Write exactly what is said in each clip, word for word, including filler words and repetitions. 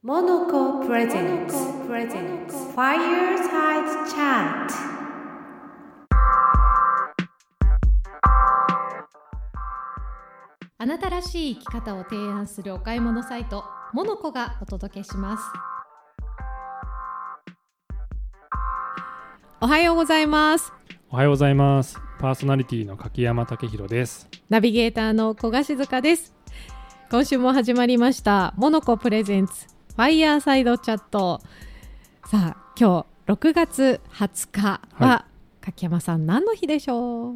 モノコプレゼンツ Fireside Chat。 あなたらしい生き方を提案するお買い物サイトモノコがお届けします。おはようございます。 おはようございます。パーソナリティの柿山武弘です。 ナビゲーターの小賀静香です。今週も始まりましたモノコプレゼンツファイヤーサイドチャット。さあ今日ろくがつはつかは、はい、柿山さん何の日でしょう？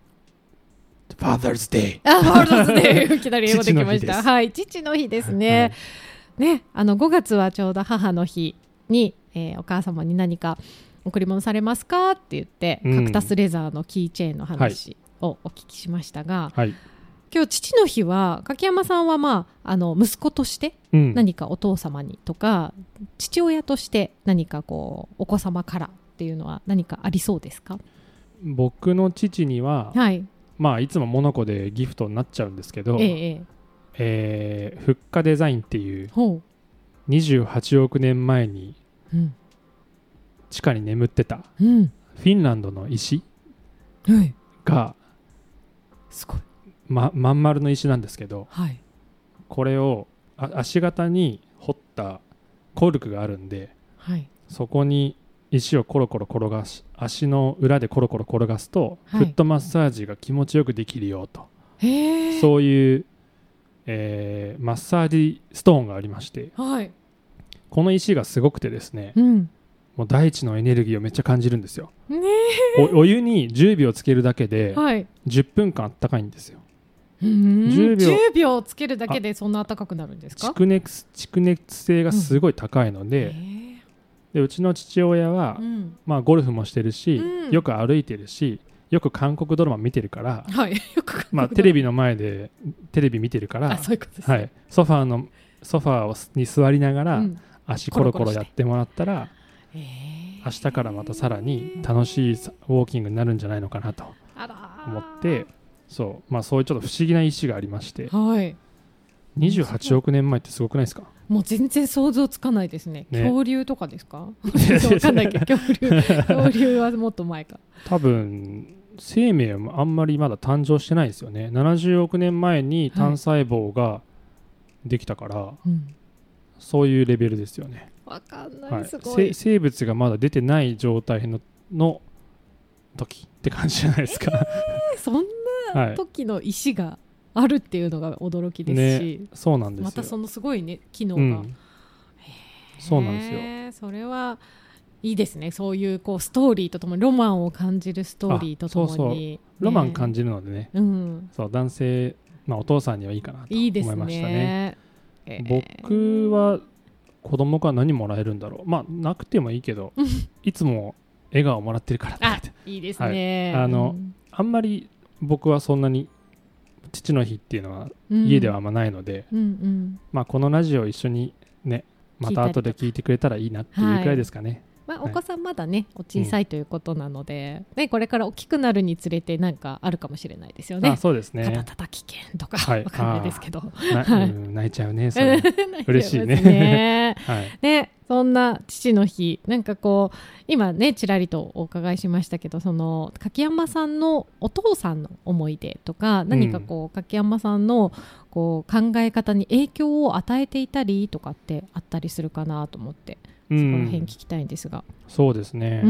Father's Day。 あ、Father's Day いきなり英語できました。はい、父の日ですね、はい、ね、あのごがつはちょうど母の日に、えー、お母様に何か贈り物されますかって言って、うん、カクタスレザーのキーチェーンの話をお聞きしましたが、はい、今日父の日は柿山さんは、まあ、あの息子として何かお父様にとか、うん、父親として何かこうお子様からっていうのは何かありそうですか？ 僕の父には、はい、まあ、いつもモノコでギフトになっちゃうんですけど、えええー、フッカデザインっていうにじゅうはちおくねんまえに地下に眠ってたフィンランドの石が、 すごいま、まん丸の石なんですけど、 はい、 これをあ足型に掘ったコルクがあるんで、はい、そこに石をコロコロ転がし、足の裏でコロコロ転がすと、はい、フットマッサージが気持ちよくできるよと、へそういう、えー、マッサージストーンがありまして、はい、この石がすごくてですね、うん、もう大地のエネルギーをめっちゃ感じるんですよ、ね、お, お湯にじゅうびょうつけるだけで、はい、じゅっぷんかんあったかいんですよ。 じゅうびょう、じゅうびょうつけるだけでそんな暖かくなるんですか？ 蓄熱、蓄熱性がすごい高いので、うん、でうちの父親は、うんまあ、ゴルフもしてるし、うん、よく歩いてるし、よく韓国ドラマ見てるから、はい、よくまあ、テレビの前でテレビ見てるから、あ、そういうことですね、はい、ソファーのソファーに座りながら、うん、足コロコロやってもらったら、明日からまたさらに楽しいウォーキングになるんじゃないのかなと思って、そう、まあ、そういうちょっと不思議な石がありまして、はい、にじゅうはちおくねんまえってすごくないですか？ もう全然想像つかないですね。ね、恐竜とかですか？わかんないけど恐竜恐竜はもっと前か。 多分生命もあんまりまだ誕生してないですよね。ななじゅうおくねんまえに単細胞ができたから、はいうん、そういうレベルですよね。 わかんない、はい、すごい。 生物がまだ出てない状態 の, の時って感じじゃないですか、 えー、そんな時の石があるっていうのが驚きですし、 ね、そうなんですよ。 またそのすごいね機能が、うん、 そうなんですよ。それはいいですね。そういうこうストーリーとともにロマンを感じるストーリーとともに、そうそう、ね、 ロマン感じるのでね、うん、そう男性、まあ、お父さんにはいいかなと思いましたね。いいですね、えー、僕は子供から何もらえるんだろう。まあなくてもいいけどいつも笑顔をもらってるからって。 あ、いいですね、 はい、あの、うん、あんまり僕はそんなに父の日っていうのは家ではあんまないので、うんうんうん、まあ、このラジオ一緒にねまた後で聞いてくれたらいいなっていうくらいですかね。 はい、まあ、お子さんまだね、はい、お小さいということなので、うん、ね、これから大きくなるにつれてなんかあるかもしれないですよね。 あ、そうですね。 肩たたき券とか、はい、わかんないですけど、 はい、うん、泣いちゃうねそれ嬉しいね、 はい、ね、そんな父の日、なんかこう今ねちらりとお伺いしましたけど、その柿山さんのお父さんの思い出とか、何かこう、うん、柿山さんのこう考え方に影響を与えていたりとかってあったりするかなと思って、そこら辺聞きたいんですが。 うん、そうですね、うん、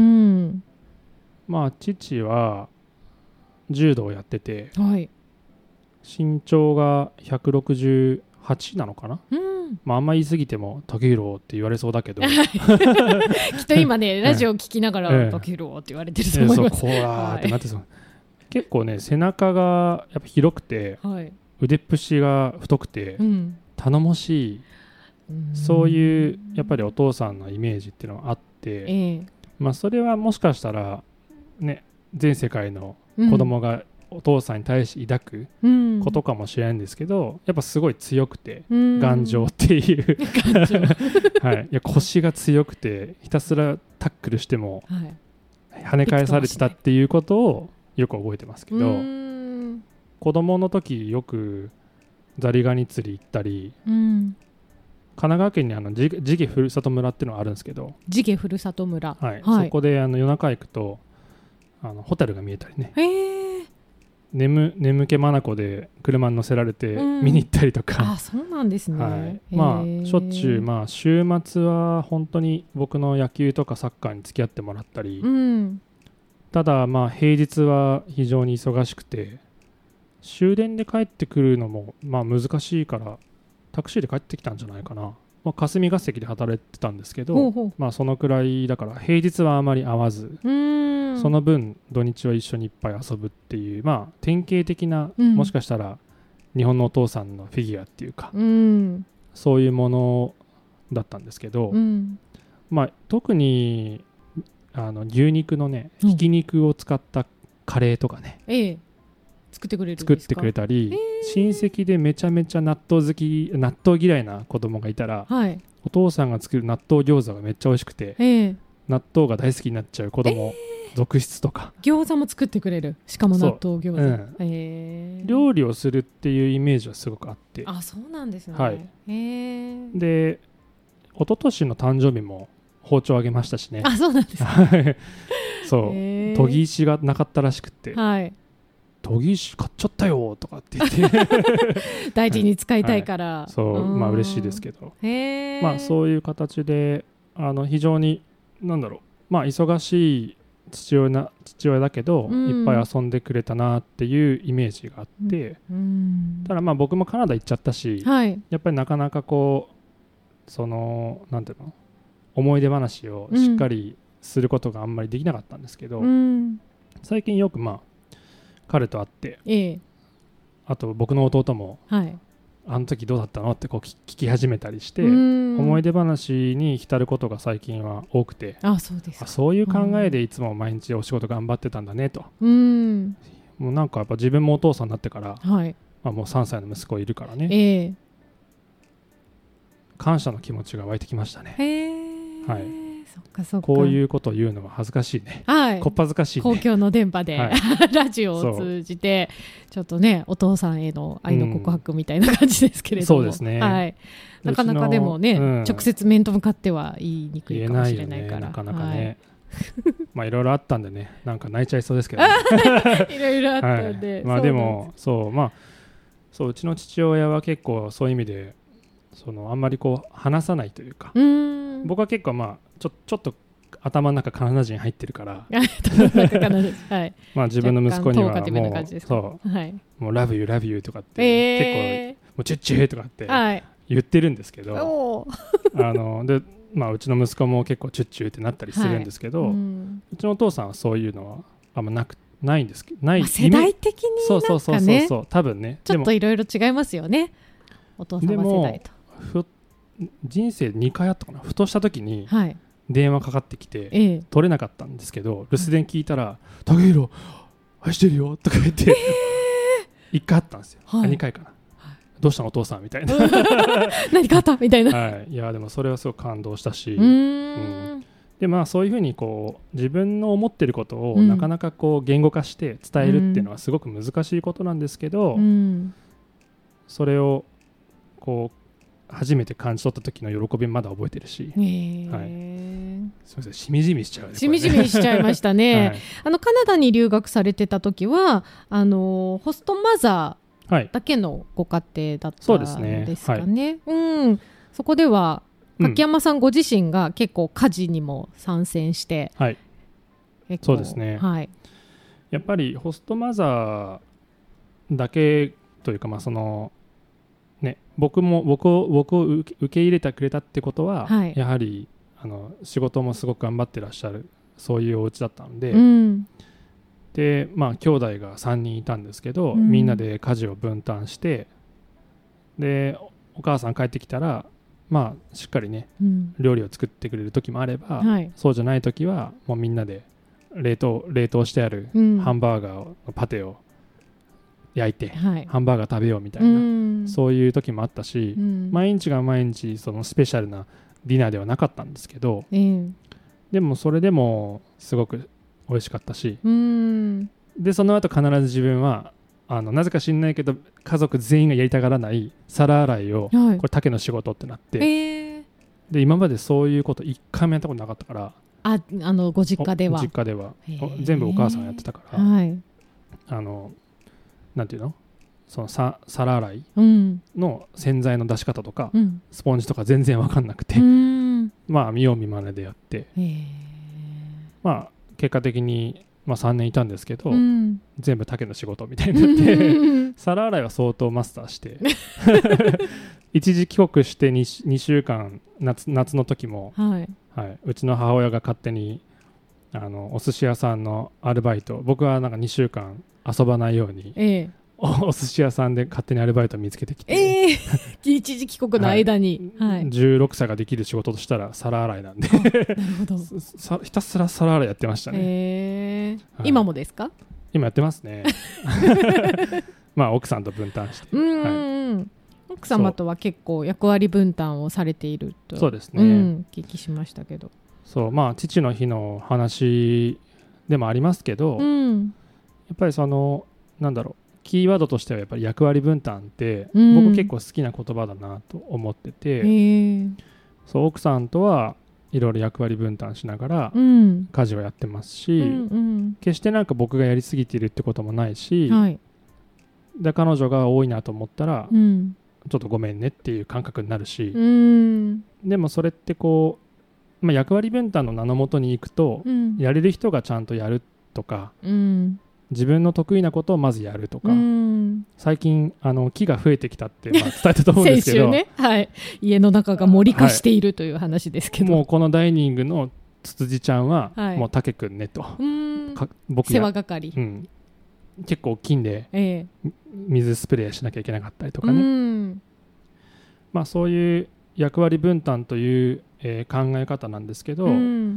まあ父は柔道をやってて、はい、身長がひゃくろくじゅうはちなのかな、うん、まあ、あんま言い過ぎても竹広って言われそうだけどきっと今ねラジオ聞きながら、ええ、竹広って言われてると思います、 ええ、そうこうらーってなってそう、はい、結構ね背中がやっぱ広くて、はい、腕っぷしが太くて、うん、頼もしい、そういうやっぱりお父さんのイメージっていうのがあって、ええ、まあ、それはもしかしたらね全世界の子供がお父さんに対して抱くことかもしれないんですけど、うん、やっぱすごい強くて、うん、頑丈っていうはい、いや腰が強くてひたすらタックルしても跳ね返されてたっていうことをよく覚えてますけど、うん、子供の時よくザリガニ釣り行ったり、うん、 奈川県にあの地毛ふるさと村っていうのがあるんですけど、 地毛ふるさと村、 はいはい、そこであの夜中行くとあのホタルが見えたりね、 へー、 眠眠気まなこで車に乗せられて見に行ったりとか、 うん、あそうなんですね、はい、 まあしょっちゅう、まあ、週末は本当に僕の野球とかサッカーに付き合ってもらったり、うん、ただまあ平日は非常に忙しくて終電で帰ってくるのもまあ難しいからタクシーで帰ってきたんじゃないかな、まあ、霞が関で働いてたんですけど、ほうほう、まあ、そのくらいだから平日はあまり会わず、うーん、その分土日は一緒にいっぱい遊ぶっていう、まあ、典型的な、うん、もしかしたら日本のお父さんのフィギュアっていうか、うん、そういうものだったんですけど、うん、まあ、特にあの牛肉のねひき肉を使ったカレーとかね、うん、ええ、作ってくれるんですか？作ってくれたり、親戚でめちゃめちゃ納豆好き納豆嫌いな子供がいたら、はい、お父さんが作る納豆餃子がめっちゃ美味しくて、えー、納豆が大好きになっちゃう子供、えー、続出とか。餃子も作ってくれる、しかも納豆餃子、うん、えー、料理をするっていうイメージはすごくあって。あ、そうなんですね、はい、えー、で一昨年の誕生日も包丁あげましたしね。あ、そうなんですねそう、えー、研ぎ石がなかったらしくて、はい、研ぎ石買っちゃったよとかって言って大事に使いたいから、はい、そう、まあ嬉しいですけど、へー、まあそういう形であの非常になんだろう、まあ忙しい父親な父親だけど、うん、いっぱい遊んでくれたなっていうイメージがあって、うん、ただまあ僕もカナダ行っちゃったし、はい、やっぱりなかなかこうそのなんていうの思い出話をしっかりすることがあんまりできなかったんですけど、うん、最近よくまあ彼と会って、ええ、あと僕の弟も、はい、あの時どうだったのってこう聞き始めたりして、思い出話に浸ることが最近は多くて、あ、そうですか、あ、そういう考えでいつも毎日お仕事頑張ってたんだねと、うん、もうなんかやっぱ自分もお父さんになってから、はい、まあ、もうさんさいの息子いるからね、ええ、感謝の気持ちが湧いてきましたね。へー、はい、そっかそっか、こういうことを言うのは恥ずかしいね、はい、こっぱずかしいね、公共の電波で、はい、ラジオを通じてちょっとねお父さんへの愛の告白みたいな感じですけれども、うん、そうですね、はい、なかなかでもね、うん、直接面と向かっては言いにくいかもしれないから、言えないよね、なかなかね、はい、まあいろいろあったんでね、なんか泣いちゃいそうですけど、ね、いろいろあったんで、はい、まあでもそうまあそううちの父親は結構そういう意味でそのあんまりこう話さないというか、うーん、僕は結構まあちょ、ちょっと頭の中カナダ人入ってるからはい、まあ自分の息子にはもうそう、はい、もうラブユーラブユーとかって、えー、結構もうチュッチューとかって言ってるんですけど、はい、あのでまあうちの息子も結構チュッチューってなったりするんですけど、はい、うん、うちのお父さんはそういうのはあんまなくないんですけど、ない、まあ、世代的になんかね、そうそうそうそうそう、多分ね、ちょっといろいろ違いますよね、お父様世代と。ふ人生にかいあったかな、ふとした時に電話かかってきて、はい、取れなかったんですけど、留守電聞いたら「高弘愛してるよ」とか言って、えー、いっかいあったんですよ、はい、にかいかな、はい、どうしたのお父さんみたいな何かあったみたいな、はい、いやでもそれはすごく感動したし、うーん、うん、でまあそういうふうにこう自分の思ってることをなかなかこう言語化して伝えるっていうのはすごく難しいことなんですけど、うん、それをこう初めて感じ取った時の喜びまだ覚えてるし、えー、はい、すみません、しみじみしちゃうね、しみじみしちゃいましたね、はい、あのカナダに留学されてた時はあのホストマザーだけのご家庭だったんですかね、はい、ね、うん、そこでは柿山さんご自身が結構家事にも参戦して、はい、そうですね、はい、やっぱりホストマザーだけというか、まあそのね、僕も僕を僕を受け入れてくれたってことは、はい、やはりあの仕事もすごく頑張ってらっしゃるそういうお家だったので、うん、でまあ兄弟がさんにんいたんですけど、うん、みんなで家事を分担して、でお母さん帰ってきたらまあしっかりね、うん、料理を作ってくれる時もあれば、はい、そうじゃない時はもうみんなで冷凍冷凍してあるハンバーガーのパテを焼いて、はい、ハンバーガー食べようみたいな、うん、そういう時もあったし、うん、毎日が毎日そのスペシャルなディナーではなかったんですけど、うん、でもそれでもすごく美味しかったし、うん、でその後必ず自分はあのなぜか知んないけど家族全員がやりたがらない皿洗いを、はい、これ竹の仕事ってなって、えー、で今までそういうこと一回もやったことなかったから、 ああのご実家では実家では全部お母さんやってたから、はい、あのなんていうのそのさ皿洗いの洗剤の出し方とか、うん、スポンジとか全然分かんなくて、うん、まあ見よう見まねでやって、まあ結果的に、まあ、さんねんいたんですけど、うん、全部竹の仕事みたいになって皿洗いは相当マスターして一時帰国して 2, 2週間 夏, 夏の時も、はいはい、うちの母親が勝手にあのお寿司屋さんのアルバイト、僕はなんかにしゅうかん遊ばないように、ええ、お, お寿司屋さんで勝手にアルバイト見つけてきて、えー、一時帰国の間に、 はいはい、じゅうろくさいができる仕事としたら皿洗いなんでなるほどひたすら皿洗いやってましたね、 えーはい、今もですか？ 今やってますねまあ奥さんと分担して、うん、 はい、奥様とは結構役割分担をされていると、 そうですね、 うん、聞きしましたけど、 そうまあ父の日の話でもありますけど、うん、やっぱりそのなんだろうキーワードとしてはやっぱり役割分担って、うん、僕結構好きな言葉だなと思ってて、そう奥さんとはいろいろ役割分担しながら家事をやってますし、うんうん、決してなんか僕がやりすぎているってこともないし、はい、で彼女が多いなと思ったら、うん、ちょっとごめんねっていう感覚になるし、うん、でもそれってこう、まあ、役割分担の名のもとに行くと、うん、やれる人がちゃんとやるとか、うん、自分の得意なことをまずやるとか、うん、最近あの木が増えてきたって、まあ、伝えたと思うんですけど先週ね、はい、家の中が森化しているという話ですけど、 はい、もうこのダイニングのつつじちゃんは、はい、もうたけくんねと、うん、 か僕世話係、 うん、結構金で、ええ、水スプレーしなきゃいけなかったりとかね、うん、まあ、そういう役割分担という、えー、考え方なんですけど、うん、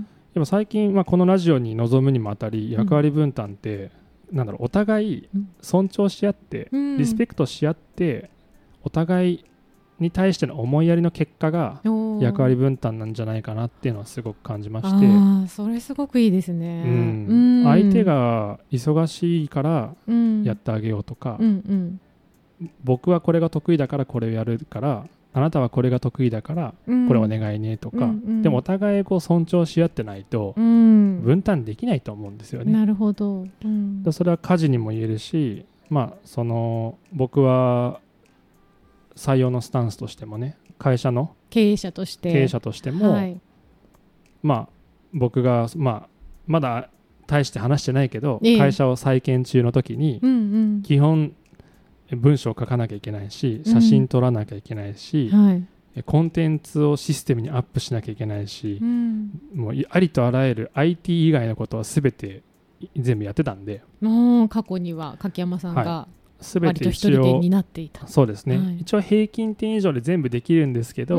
でも最近、まあ、このラジオに臨むにもあたり役割分担って、うん、なんだろうお互い尊重し合って、うん、リスペクトし合ってお互いに対しての思いやりの結果が役割分担なんじゃないかなっていうのはすごく感じまして、 あそれすごくいいですね、 うんうん、相手が忙しいからやってあげようとか、うんうん、僕はこれが得意だからこれをやるからあなたはこれが得意だからこれお願いねとか、うんうん、でもお互いこう尊重し合ってないと分担できないと思うんですよね、 なるほど、うん、 それは家事にも言えるし、まあ、その僕は採用のスタンスとしてもね会社の経営者として経営者としても、はい、まあ僕が、まあ、まだ大して話してないけど、ええ、会社を再建中の時に、うんうん、基本文章を書かなきゃいけないし写真撮らなきゃいけないし、うんはい、コンテンツをシステムにアップしなきゃいけないし、うん、もうありとあらゆる アイティー 以外のことは全て全部やってたんで、 過去には柿山さんが、はい、割と一人で担っていた。 そうですね、はい、一応平均点以上で全部できるんですけど、うん、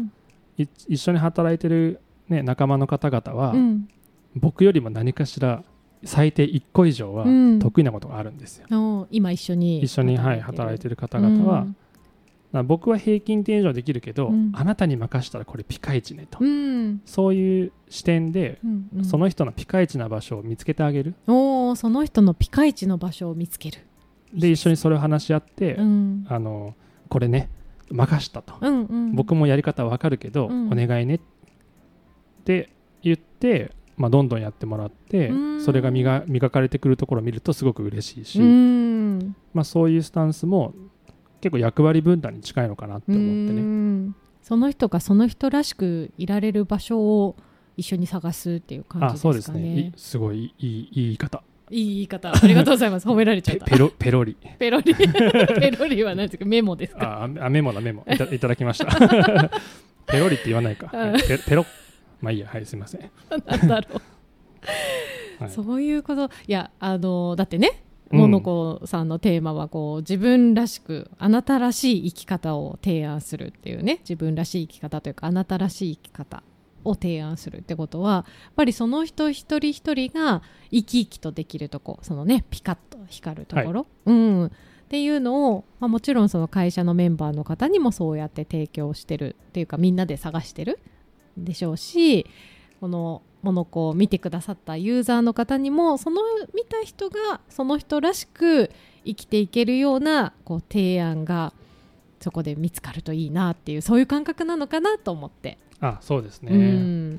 一緒に働いてる、ね、仲間の方々は、うん、僕よりも何かしら最低いっこ以上は得意なことがあるんですよ、 うん、今一緒に一緒に、はい、働いてる方々は、うん、僕は平均点以上できるけど、うん、あなたに任せたらこれピカイチねと、うん、そういう視点で、うんうん、その人のピカイチな場所を見つけてあげる。 おー、その人のピカイチの場所を見つける。 で一緒にそれを話し合って、うん、あのこれね任したと、うんうん、僕もやり方は分かるけど、うん、お願いねって言って、まあ、どんどんやってもらって、それが 磨, 磨かれてくるところを見るとすごく嬉しいし、まあ、そういうスタンスも結構役割分担に近いのかなって思ってね。 その人がその人らしくいられる場所を一緒に探すっていう感じですかね。あ、そうですね、 すごいいい、いい言い方、 いい言い方、ありがとうございます。褒められちゃった。 ペロペロリペロリペロリは何ですか？メモですか？ ああ、メモだメモ い, たいただきましたペロリって言わないか、はい、ペ, ペロまあいいや、はい、すいません。 なんだろう、はい、そういうこと。いや、あのだってね、モノコさんのテーマはこう自分らしくあなたらしい生き方を提案するっていうね、自分らしい生き方というかあなたらしい生き方を提案するってことは、やっぱりその人一人一人が生き生きとできるとこ、そのねピカッと光るところ、はい、うん、っていうのを、まあ、もちろんその会社のメンバーの方にもそうやって提供してるっていうか、みんなで探してるでしょうし、このモノコを見てくださったユーザーの方にもその見た人がその人らしく生きていけるようなこう提案がそこで見つかるといいなっていう、そういう感覚なのかなと思って。 あ、そうですね、 うん、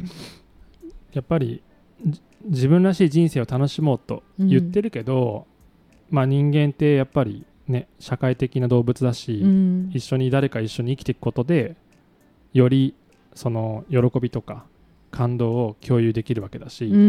やっぱり自分らしい人生を楽しもうと言ってるけど、うん、まあ人間ってやっぱりね社会的な動物だし、うん、一緒に誰か一緒に生きていくことでよりその喜びとか感動を共有できるわけだし、うん、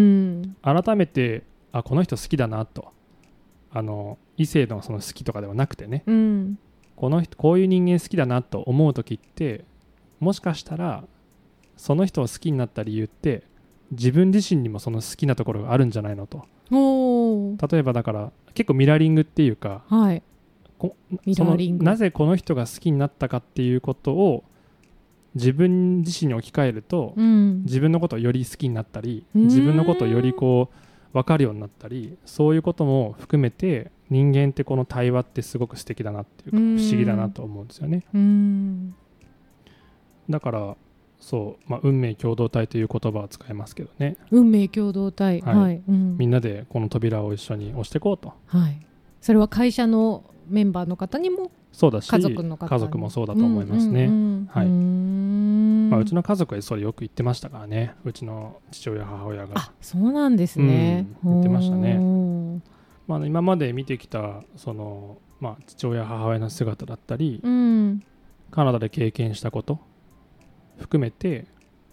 改めてあこの人好きだなと、あの異性のその好きとかではなくてね、うん、この人こういう人間好きだなと思う時ってもしかしたらその人を好きになった理由って自分自身にもその好きなところがあるんじゃないのと。お例えばだから結構ミラーリングっていうか、はい、こミラーリングそのなぜこの人が好きになったかっていうことを自分自身に置き換えると、うん、自分のことをより好きになったり自分のことをよりこう分かるようになったり、そういうことも含めて人間ってこの対話ってすごく素敵だなっていうか不思議だなと思うんですよね。うんだからそう、まあ、運命共同体という言葉は使えますけどね。 運命共同体、 はいはいうん、みんなでこの扉を一緒に押していこうと、 はい、それは会社のメンバーの方にもそうだし家族の方に家族もそうだと思いますね。うちの家族はそれよく言ってましたからね。うちの父親母親があそうなんですね、 うん、言ってましたね。まあ、今まで見てきたその、まあ、父親母親の姿だったり、うん、カナダで経験したこと含めて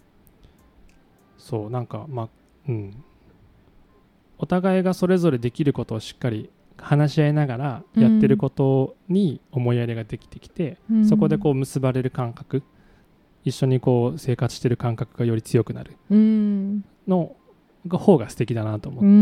そうなんかまあうんお互いがそれぞれできることをしっかり話し合いながらやってることに思いやりができてきて、うん、そこでこう結ばれる感覚一緒にこう生活してる感覚がより強くなるのが方が素敵だなと思って、うん、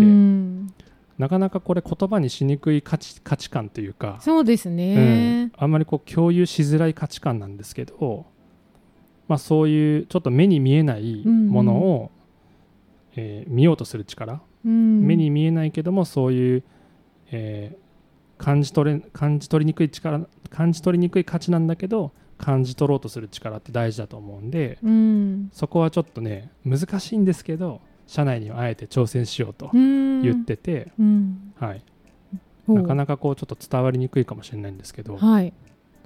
なかなかこれ言葉にしにくい価値、価値観というかそうですね、 うん、あんまりこう共有しづらい価値観なんですけど、まあ、そういうちょっと目に見えないものを、うんえー、見ようとする力、うん、目に見えないけどもそういう、えー、感じ取れ、感じ取りにくい力、感じ取りにくい価値なんだけど感じ取ろうとする力って大事だと思うんで、うん、そこはちょっとね難しいんですけど社内にはあえて挑戦しようと言ってて、うんはい、なかなかこうちょっと伝わりにくいかもしれないんですけど、はい、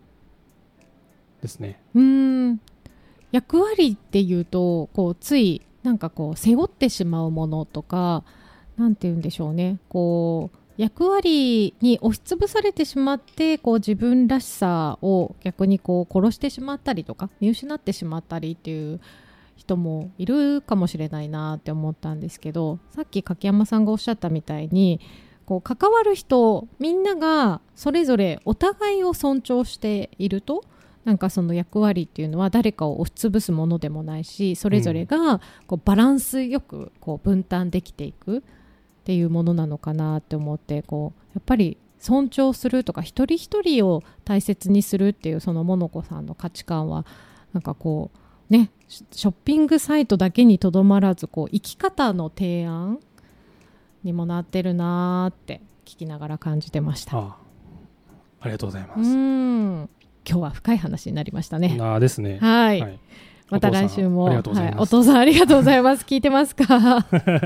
ですね。 うん役割っていうとこうついなんかこう背負ってしまうものとかなんて言うんでしょうねこう役割に押しつぶされてしまってこう自分らしさを逆にこう殺してしまったりとか見失ってしまったりっていう人もいるかもしれないなって思ったんですけど、さっき柿山さんがおっしゃったみたいにこう関わる人みんながそれぞれお互いを尊重しているとなんかその役割っていうのは誰かを押しつぶすものでもないしそれぞれがこうバランスよくこう分担できていくっていうものなのかなって思ってこうやっぱり尊重するとか一人一人を大切にするっていうそのモノコさんの価値観はなんかこうねショッピングサイトだけにとどまらずこう生き方の提案にもなってるなって聞きながら感じてました。 ああ、ありがとうございます。 うん今日は深い話になりましたね。 あですね。 はい。はい、また来週もお父さん、はい、 お父さんありがとうございます。聞いてますか？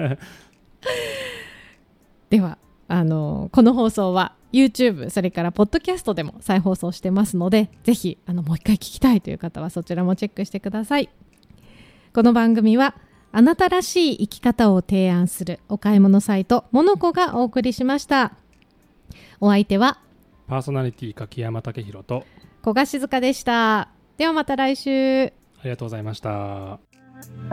ではあのこの放送は YouTube それからポッドキャストでも再放送してますのでぜひあのもう一回聞きたいという方はそちらもチェックしてください。この番組はあなたらしい生き方を提案するお買い物サイトモノコがお送りしました。お相手はパーソナリティ柿山武博と小賀静香でした。ではまた来週。 ありがとうございました。